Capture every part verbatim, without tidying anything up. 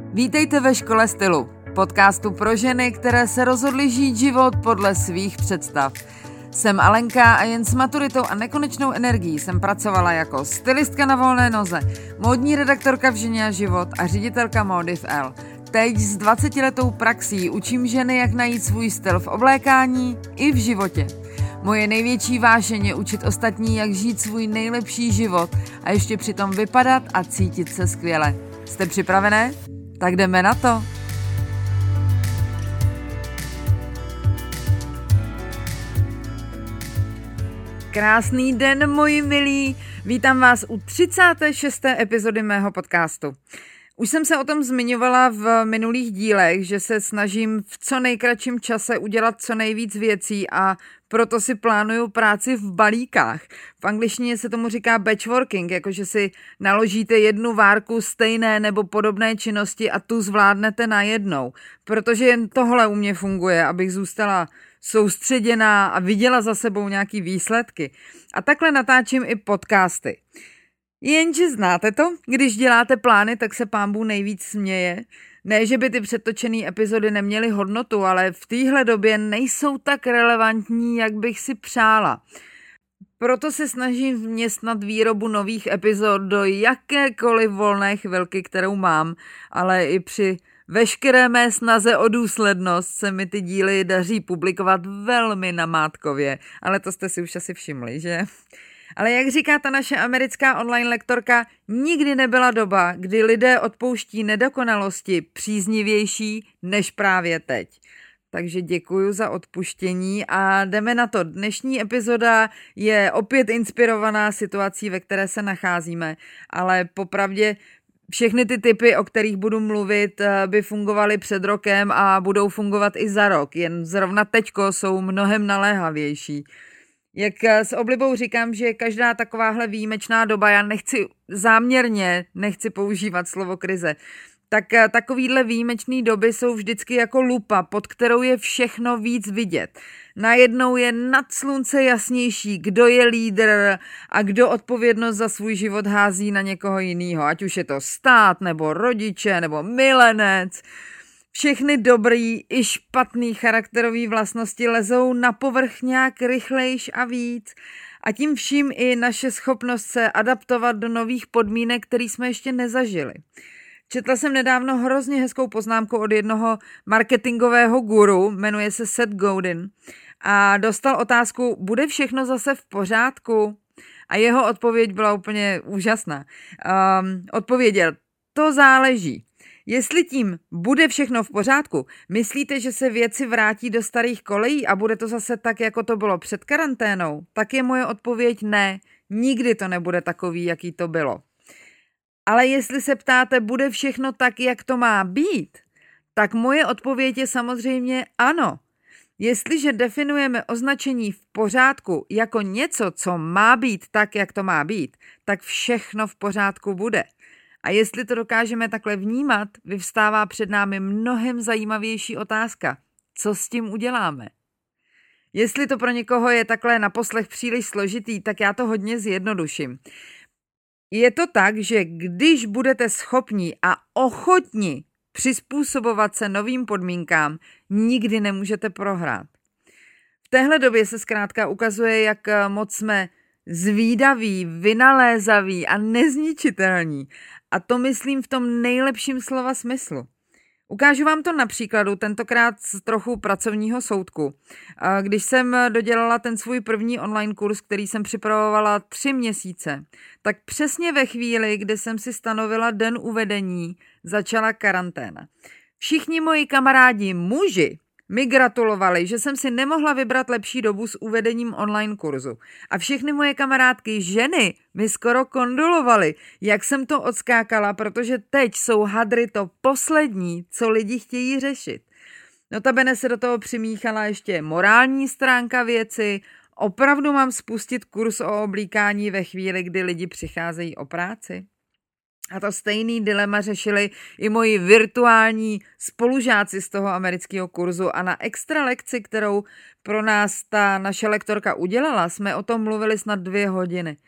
Vítejte ve Škole stylu, podcastu pro ženy, které se rozhodly žít život podle svých představ. Jsem Alenka a jen s maturitou a nekonečnou energií jsem pracovala jako stylistka na volné noze, módní redaktorka v Ženě a život a ředitelka módy v Elle. Teď s dvacetiletou praxí učím ženy, jak najít svůj styl v oblékání i v životě. Moje největší vášeň je učit ostatní, jak žít svůj nejlepší život a ještě přitom vypadat a cítit se skvěle. Jste připravené? Tak jdeme na to! Krásný den, moji milí! Vítám vás u třicáté šesté epizody mého podcastu. Už jsem se o tom zmiňovala v minulých dílech, že se snažím v co nejkratším čase udělat co nejvíc věcí a proto si plánuju práci v balíkách. V angličtině se tomu říká batchworking, jakože si naložíte jednu várku stejné nebo podobné činnosti a tu zvládnete najednou. Protože jen tohle u mě funguje, abych zůstala soustředěná a viděla za sebou nějaký výsledky. A takhle natáčím i podcasty. Jenže znáte to, když děláte plány, tak se pánbůh nejvíc směje. Ne, že by ty předtočené epizody neměly hodnotu, ale v téhle době nejsou tak relevantní, jak bych si přála. Proto se snažím vměstnat výrobu nových epizod do jakékoliv volné chvilky, kterou mám, ale i při veškeré mé snaze o důslednost se mi ty díly daří publikovat velmi namátkově, ale to jste si už asi všimli, že? Ale jak říká ta naše americká online lektorka, nikdy nebyla doba, kdy lidé odpouští nedokonalosti příznivější než právě teď. Takže děkuju za odpuštění a jdeme na to. Dnešní epizoda je opět inspirovaná situací, ve které se nacházíme, ale popravdě všechny ty typy, o kterých budu mluvit, by fungovaly před rokem a budou fungovat i za rok, jen zrovna teďko jsou mnohem naléhavější. Jak s oblibou říkám, že každá takováhle výjimečná doba, já nechci záměrně, nechci používat slovo krize, tak takovýhle výjimečný doby jsou vždycky jako lupa, pod kterou je všechno víc vidět. Najednou je nad slunce jasnější, kdo je lídr a kdo odpovědnost za svůj život hází na někoho jiného, ať už je to stát, nebo rodiče, nebo milenec. Všechny dobrý i špatný charakterový vlastnosti lezou na povrch nějak rychlejš a víc a tím vším i naše schopnost se adaptovat do nových podmínek, které jsme ještě nezažili. Četla jsem nedávno hrozně hezkou poznámku od jednoho marketingového guru, jmenuje se Seth Godin, a dostal otázku, bude všechno zase v pořádku? A jeho odpověď byla úplně úžasná. Um, odpověděl, to záleží. Jestli tím bude všechno v pořádku, myslíte, že se věci vrátí do starých kolejí a bude to zase tak, jako to bylo před karanténou? Tak je moje odpověď ne, nikdy to nebude takový, jaký to bylo. Ale jestli se ptáte, bude všechno tak, jak to má být, tak moje odpověď je samozřejmě ano. Jestliže definujeme označení v pořádku jako něco, co má být tak, jak to má být, tak všechno v pořádku bude. A jestli to dokážeme takhle vnímat, vyvstává před námi mnohem zajímavější otázka. Co s tím uděláme? Jestli to pro někoho je takhle na poslech příliš složitý, tak já to hodně zjednoduším. Je to tak, že když budete schopni a ochotni přizpůsobovat se novým podmínkám, nikdy nemůžete prohrát. V téhle době se zkrátka ukazuje, jak moc jsme zvídaví, vynalézaví a nezničitelní. A to myslím v tom nejlepším slova smyslu. Ukážu vám to na příkladu, tentokrát z trochu pracovního soudku. Když jsem dodělala ten svůj první online kurz, který jsem připravovala tři měsíce, tak přesně ve chvíli, kdy jsem si stanovila den uvedení, začala karanténa. Všichni moji kamarádi muži mi gratulovali, že jsem si nemohla vybrat lepší dobu s uvedením online kurzu. A všechny moje kamarádky ženy mi skoro kondolovali, jak jsem to odskákala, protože teď jsou hadry to poslední, co lidi chtějí řešit. Notabene se do toho přimíchala ještě morální stránka věci, opravdu mám spustit kurz o oblíkání ve chvíli, kdy lidi přicházejí o práci. A to stejný dilema řešili i moji virtuální spolužáci z toho amerického kurzu a na extra lekci, kterou pro nás ta naše lektorka udělala, jsme o tom mluvili snad dvě hodiny.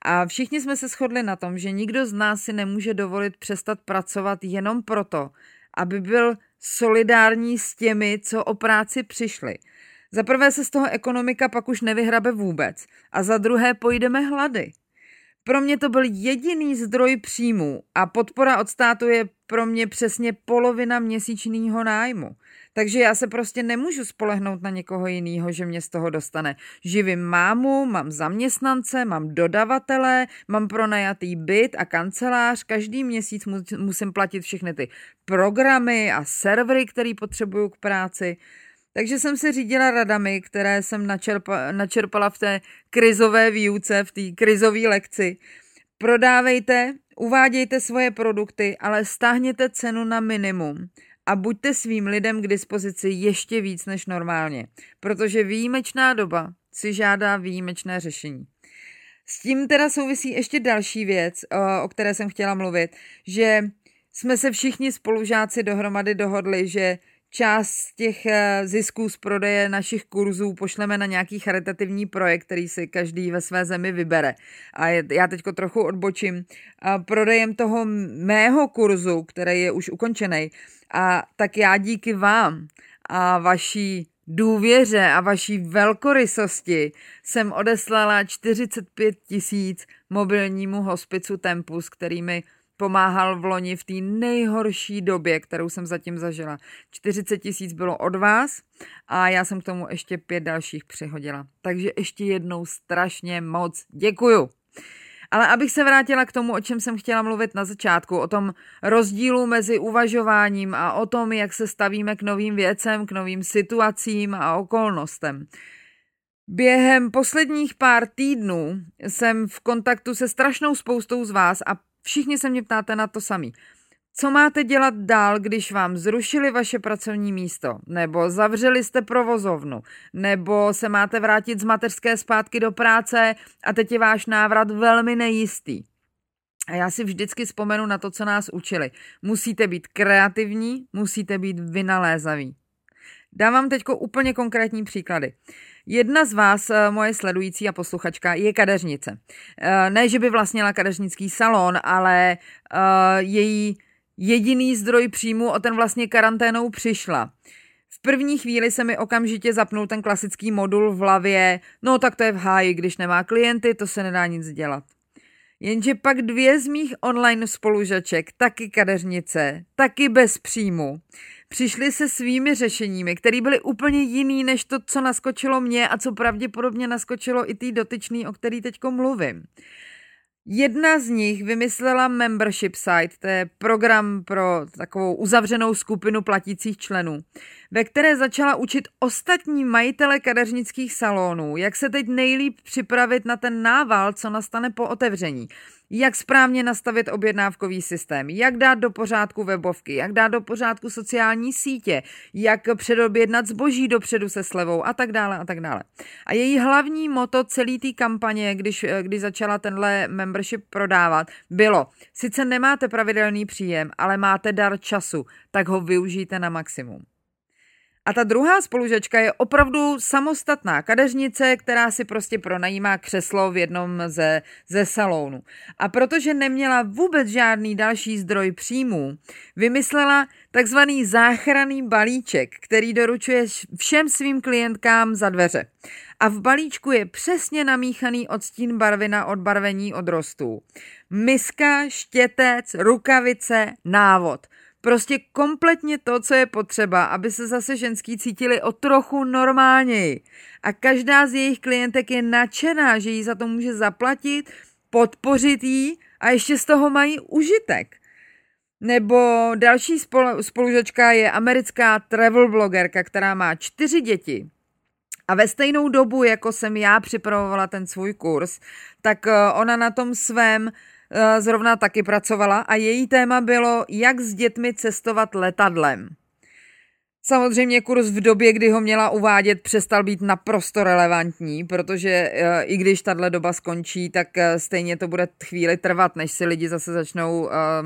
A všichni jsme se shodli na tom, že nikdo z nás si nemůže dovolit přestat pracovat jenom proto, aby byl solidární s těmi, co o práci přišli. Za prvé se z toho ekonomika pak už nevyhrabe vůbec a za druhé pojdeme hlady. Pro mě to byl jediný zdroj příjmů a podpora od státu je pro mě přesně polovina měsíčního nájmu. Takže já se prostě nemůžu spolehnout na někoho jiného, že mě z toho dostane. Živím mámu, mám zaměstnance, mám dodavatele, mám pronajatý byt a kancelář. Každý měsíc musím platit všechny ty programy a servery, které potřebuju k práci. Takže jsem se řídila radami, které jsem načerpa, načerpala v té krizové výuce, v té krizové lekci. Prodávejte, uvádějte svoje produkty, ale stáhněte cenu na minimum a buďte svým lidem k dispozici ještě víc než normálně, protože výjimečná doba si žádá výjimečné řešení. S tím teda souvisí ještě další věc, o které jsem chtěla mluvit, že jsme se všichni spolužáci dohromady dohodli, že část těch zisků z prodeje našich kurzů pošleme na nějaký charitativní projekt, který si každý ve své zemi vybere. A já teďko trochu odbočím. Prodejem toho mého kurzu, který je už ukončený, a tak já díky vám a vaší důvěře a vaší velkorysosti jsem odeslala čtyřicet pět tisíc mobilnímu hospicu Tempus, který mi pomáhal v loni v té nejhorší době, kterou jsem zatím zažila. čtyřicet tisíc bylo od vás a já jsem k tomu ještě pět dalších přihodila. Takže ještě jednou strašně moc děkuju. Ale abych se vrátila k tomu, o čem jsem chtěla mluvit na začátku, o tom rozdílu mezi uvažováním a o tom, jak se stavíme k novým věcem, k novým situacím a okolnostem. Během posledních pár týdnů jsem v kontaktu se strašnou spoustou z vás a všichni se mě ptáte na to samý. Co máte dělat dál, když vám zrušili vaše pracovní místo, nebo zavřeli jste provozovnu, nebo se máte vrátit z mateřské zpátky do práce a teď je váš návrat velmi nejistý. A já si vždycky vzpomenu na to, co nás učili. Musíte být kreativní, musíte být vynalézaví. Dávám teďko úplně konkrétní příklady. Jedna z vás, moje sledující a posluchačka, je kadeřnice. Ne, že by vlastnila kadeřnický salon, ale její jediný zdroj příjmu o ten vlastně karanténou přišla. V první chvíli se mi okamžitě zapnul ten klasický modul v hlavě, no tak to je v háji, když nemá klienty, to se nedá nic dělat. Jenže pak dvě z mých online spolužaček, taky kadeřnice, taky bez příjmu, přišli se svými řešeními, které byly úplně jiný než to, co naskočilo mě a co pravděpodobně naskočilo i tý dotyčný, o který teďko mluvím. Jedna z nich vymyslela membership site, to je program pro takovou uzavřenou skupinu platících členů, ve které začala učit ostatní majitele kadeřnických salonů, jak se teď nejlíp připravit na ten nával, co nastane po otevření. Jak správně nastavit objednávkový systém, jak dát do pořádku webovky, jak dát do pořádku sociální sítě, jak předobjednat zboží dopředu se slevou a tak dále a tak dále. A její hlavní motto celé té kampaně, když, když začala tenhle membership prodávat, bylo: sice nemáte pravidelný příjem, ale máte dar času, tak ho využijte na maximum. A ta druhá spolužačka je opravdu samostatná kadeřnice, která si prostě pronajímá křeslo v jednom ze, ze salonů. A protože neměla vůbec žádný další zdroj příjmů, vymyslela takzvaný záchranný balíček, který doručuje všem svým klientkám za dveře. A v balíčku je přesně namíchaný odstín barvy na odbarvení odrostů. Miska, štětec, rukavice, návod. Prostě kompletně to, co je potřeba, aby se zase ženský cítili o trochu normálněji. A každá z jejich klientek je nadšená, že jí za to může zaplatit, podpořit jí a ještě z toho mají užitek. Nebo další spolužačka je americká travel blogerka, která má čtyři děti. A ve stejnou dobu, jako jsem já připravovala ten svůj kurz, tak ona na tom svém zrovna taky pracovala a její téma bylo, jak s dětmi cestovat letadlem. Samozřejmě kurz v době, kdy ho měla uvádět, přestal být naprosto relevantní, protože i když tahle doba skončí, tak stejně to bude chvíli trvat, než si lidi zase začnou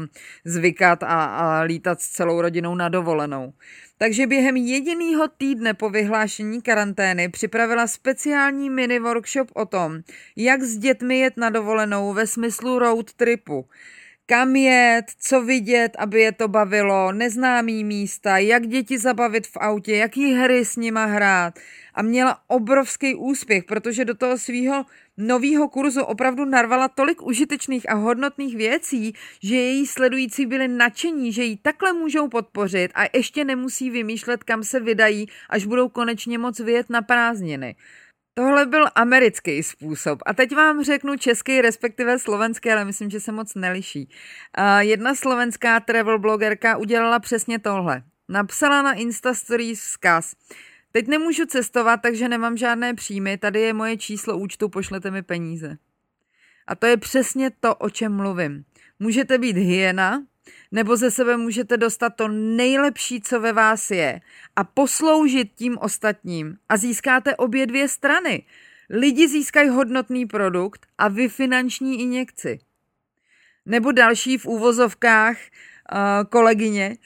zvykat a, a lítat s celou rodinou na dovolenou. Takže během jediného týdne po vyhlášení karantény připravila speciální mini workshop o tom, jak s dětmi jet na dovolenou ve smyslu road tripu. Kam jet, co vidět, aby je to bavilo, neznámý místa, jak děti zabavit v autě, jaký hry s nima hrát. A měla obrovský úspěch, protože do toho svýho novýho kurzu opravdu narvala tolik užitečných a hodnotných věcí, že její sledující byli nadšení, že ji takhle můžou podpořit a ještě nemusí vymýšlet, kam se vydají, až budou konečně moc vyjet na prázdniny. Tohle byl americký způsob a teď vám řeknu český, respektive slovenský, ale myslím, že se moc neliší. Uh, jedna slovenská travel blogerka udělala přesně tohle. Napsala na Insta Stories vzkaz. Teď nemůžu cestovat, takže nemám žádné příjmy, tady je moje číslo účtu, pošlete mi peníze. A to je přesně to, o čem mluvím. Můžete být hyena, nebo ze sebe můžete dostat to nejlepší, co ve vás je a posloužit tím ostatním a získáte obě dvě strany. Lidi získají hodnotný produkt a vy finanční injekci. Nebo další v úvozovkách uh, kolegyně,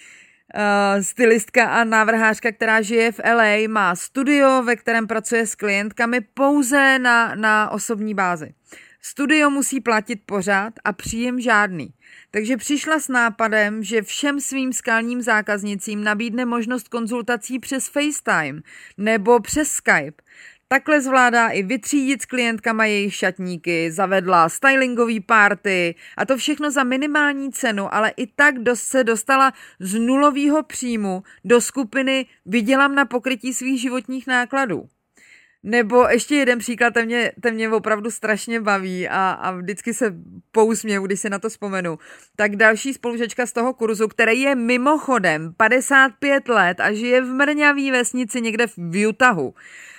uh, stylistka a návrhářka, která žije v L A, má studio, ve kterém pracuje s klientkami pouze na, na osobní bázi. Studio musí platit pořád a příjem žádný. Takže přišla s nápadem, že všem svým skalním zákaznicím nabídne možnost konzultací přes FaceTime nebo přes Skype. Takhle zvládá i vytřídit s klientkama jejich šatníky, zavedla stylingový party a to všechno za minimální cenu, ale i tak dost se dostala z nulového příjmu do skupiny vydělám na pokrytí svých životních nákladů. Nebo ještě jeden příklad, ten mě, ten mě opravdu strašně baví a, a vždycky se pousměju, když si na to vzpomenu. Tak další spolužečka z toho kurzu, který je mimochodem padesát pět let a žije v mrňavý vesnici někde v Utahu.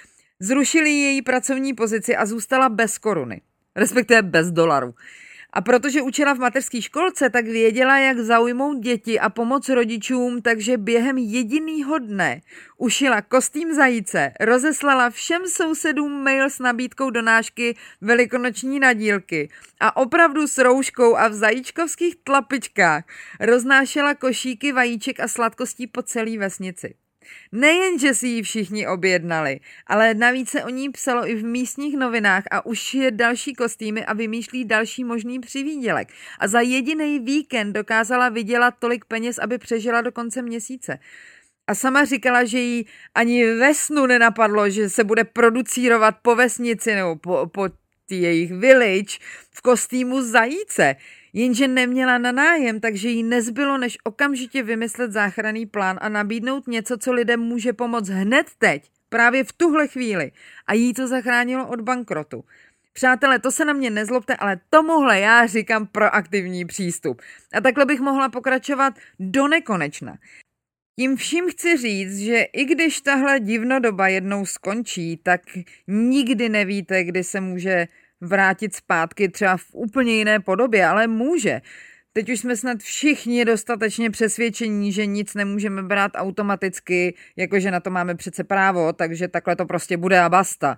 Zrušili její pracovní pozici a zůstala bez koruny, respektive bez dolaru. A protože učila v mateřské školce, tak věděla, jak zaujmout děti a pomoct rodičům, takže během jedinýho dne ušila kostým zajíce, rozeslala všem sousedům mail s nabídkou donášky velikonoční nadílky a opravdu s rouškou a v zajíčkovských tlapičkách roznášela košíky vajíček a sladkostí po celé vesnici. Nejen, že si ji všichni objednali, ale navíc se o ní psalo i v místních novinách a už je další kostýmy a vymýšlí další možný přivídělek. A za jediný víkend dokázala vydělat tolik peněz, aby přežila do konce měsíce. A sama říkala, že jí ani ve snu nenapadlo, že se bude producírovat po vesnici nebo po, po jejich village v kostýmu zajíce. Jenže neměla na nájem, takže jí nezbylo, než okamžitě vymyslet záchranný plán a nabídnout něco, co lidem může pomoct hned teď, právě v tuhle chvíli. A jí to zachránilo od bankrotu. Přátelé, to se na mě nezlobte, ale tomuhle já říkám proaktivní přístup. A takhle bych mohla pokračovat do nekonečna. Tím vším chci říct, že i když tahle divnodoba jednou skončí, tak nikdy nevíte, kdy se může vrátit zpátky třeba v úplně jiné podobě, ale může. Teď už jsme snad všichni dostatečně přesvědčení, že nic nemůžeme brát automaticky, jakože na to máme přece právo, takže takhle to prostě bude a basta.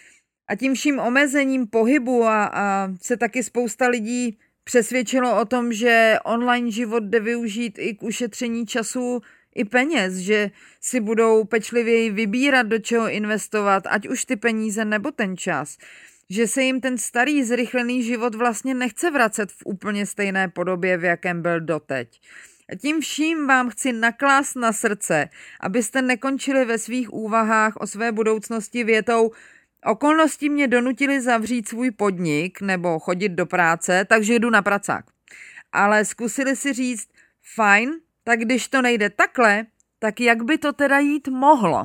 A tím vším omezením pohybu a, a se taky spousta lidí přesvědčilo o tom, že online život jde využít i k ušetření času i peněz, že si budou pečlivěji vybírat, do čeho investovat, ať už ty peníze nebo ten čas. Že se jim ten starý zrychlený život vlastně nechce vracet v úplně stejné podobě, v jakém byl doteď. A tím vším vám chci naklást na srdce, abyste nekončili ve svých úvahách o své budoucnosti větou okolnosti mě donutily zavřít svůj podnik nebo chodit do práce, takže jdu na pracák. Ale zkusili si říct, fajn, tak když to nejde takhle, tak jak by to teda jít mohlo?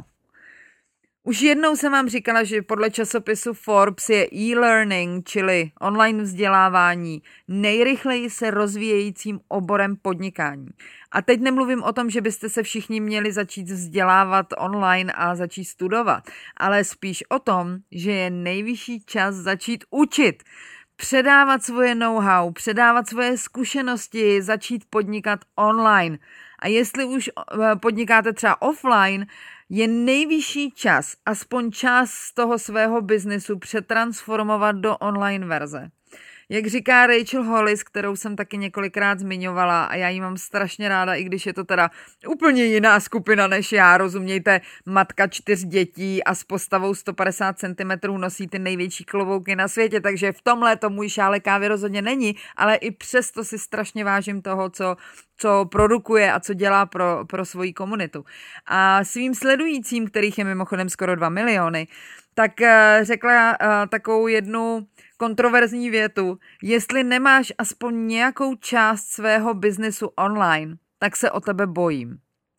Už jednou jsem vám říkala, že podle časopisu Forbes je e-learning, čili online vzdělávání, nejrychleji se rozvíjejícím oborem podnikání. A teď nemluvím o tom, že byste se všichni měli začít vzdělávat online a začít studovat, ale spíš o tom, že je nejvyšší čas začít učit. předávat svoje know-how, předávat svoje zkušenosti, začít podnikat online. A jestli už podnikáte třeba offline, je nejvyšší čas aspoň část z toho svého biznesu přetransformovat do online verze. Jak říká Rachel Hollis, kterou jsem taky několikrát zmiňovala a já ji mám strašně ráda, i když je to teda úplně jiná skupina než já, rozumějte, matka čtyř dětí a s postavou sto padesát centimetrů nosí ty největší klobouky na světě, takže v tomhle to můj šálek kávy rozhodně není, ale i přesto si strašně vážím toho, co, co produkuje a co dělá pro, pro svoji komunitu. A svým sledujícím, kterých je mimochodem skoro dva miliony, tak řekla takovou jednu kontroverzní větu, jestli nemáš aspoň nějakou část svého biznesu online, tak se o tebe bojím.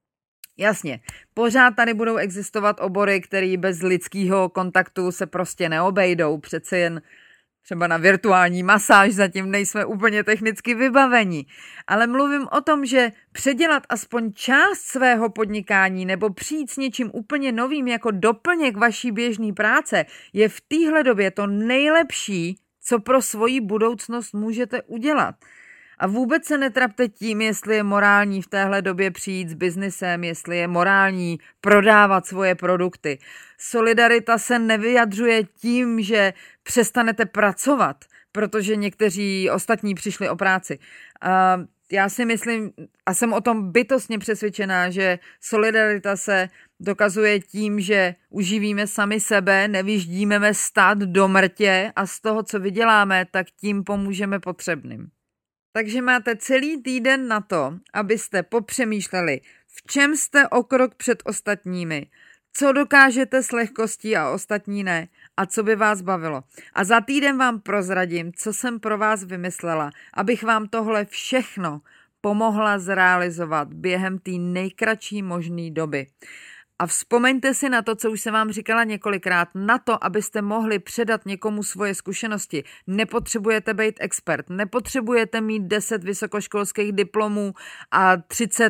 Jasně, pořád tady budou existovat obory, které bez lidského kontaktu se prostě neobejdou, přece jen třeba na virtuální masáž zatím nejsme úplně technicky vybaveni. Ale mluvím o tom, že předělat aspoň část svého podnikání nebo přijít s něčím úplně novým jako doplněk vaší běžné práce je v téhle době to nejlepší, co pro svoji budoucnost můžete udělat. A vůbec se netrapte tím, jestli je morální v téhle době přijít s biznisem, jestli je morální prodávat svoje produkty. Solidarita se nevyjadřuje tím, že přestanete pracovat, protože někteří ostatní přišli o práci. A já si myslím a jsem o tom bytostně přesvědčená, že solidarita se dokazuje tím, že uživíme sami sebe, nevyždímeme stát do mrtě a z toho, co vyděláme, tak tím pomůžeme potřebným. Takže máte celý týden na to, abyste popřemýšleli, v čem jste o krok před ostatními, co dokážete s lehkostí a ostatní ne a co by vás bavilo. A za týden vám prozradím, co jsem pro vás vymyslela, abych vám tohle všechno pomohla zrealizovat během té nejkratší možné doby. A vzpomeňte si na to, co už jsem vám říkala několikrát, na to, abyste mohli předat někomu svoje zkušenosti. Nepotřebujete být expert, nepotřebujete mít deset vysokoškolských diplomů a třicet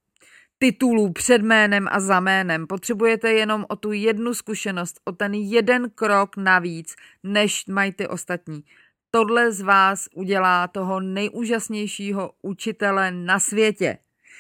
titulů před jménem a za jménem. Potřebujete jenom o tu jednu zkušenost, o ten jeden krok navíc, než mají ty ostatní. Tohle z vás udělá toho nejúžasnějšího učitele na světě.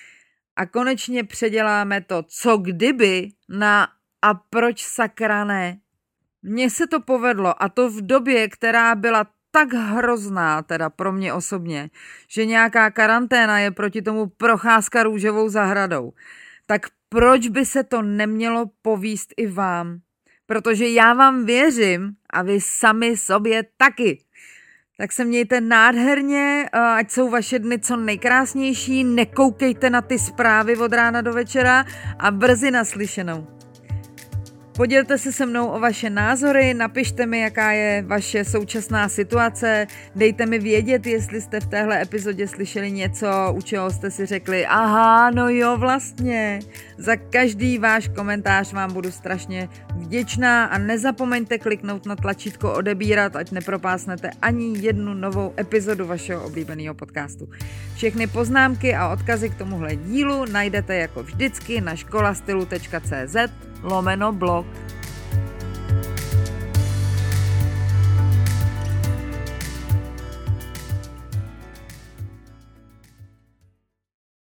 A konečně předěláme to, co kdyby na a proč sakra ne. Mně se to povedlo a to v době, která byla tak hrozná, teda pro mě osobně, že nějaká karanténa je proti tomu procházka růžovou zahradou. Tak proč by se to nemělo povíst i vám? Protože já vám věřím a vy sami sobě taky. Tak se mějte nádherně, ať jsou vaše dny co nejkrásnější, nekoukejte na ty zprávy od rána do večera a brzy naslyšenou. Podělte se se mnou o vaše názory, napište mi, jaká je vaše současná situace, dejte mi vědět, jestli jste v téhle epizodě slyšeli něco, u čeho jste si řekli, aha, no jo, vlastně. Za každý váš komentář vám budu strašně vděčná a nezapomeňte kliknout na tlačítko odebírat, ať nepropásnete ani jednu novou epizodu vašeho oblíbeného podcastu. Všechny poznámky a odkazy k tomuhle dílu najdete jako vždycky na školastylu tečka cé zet lomeno blog.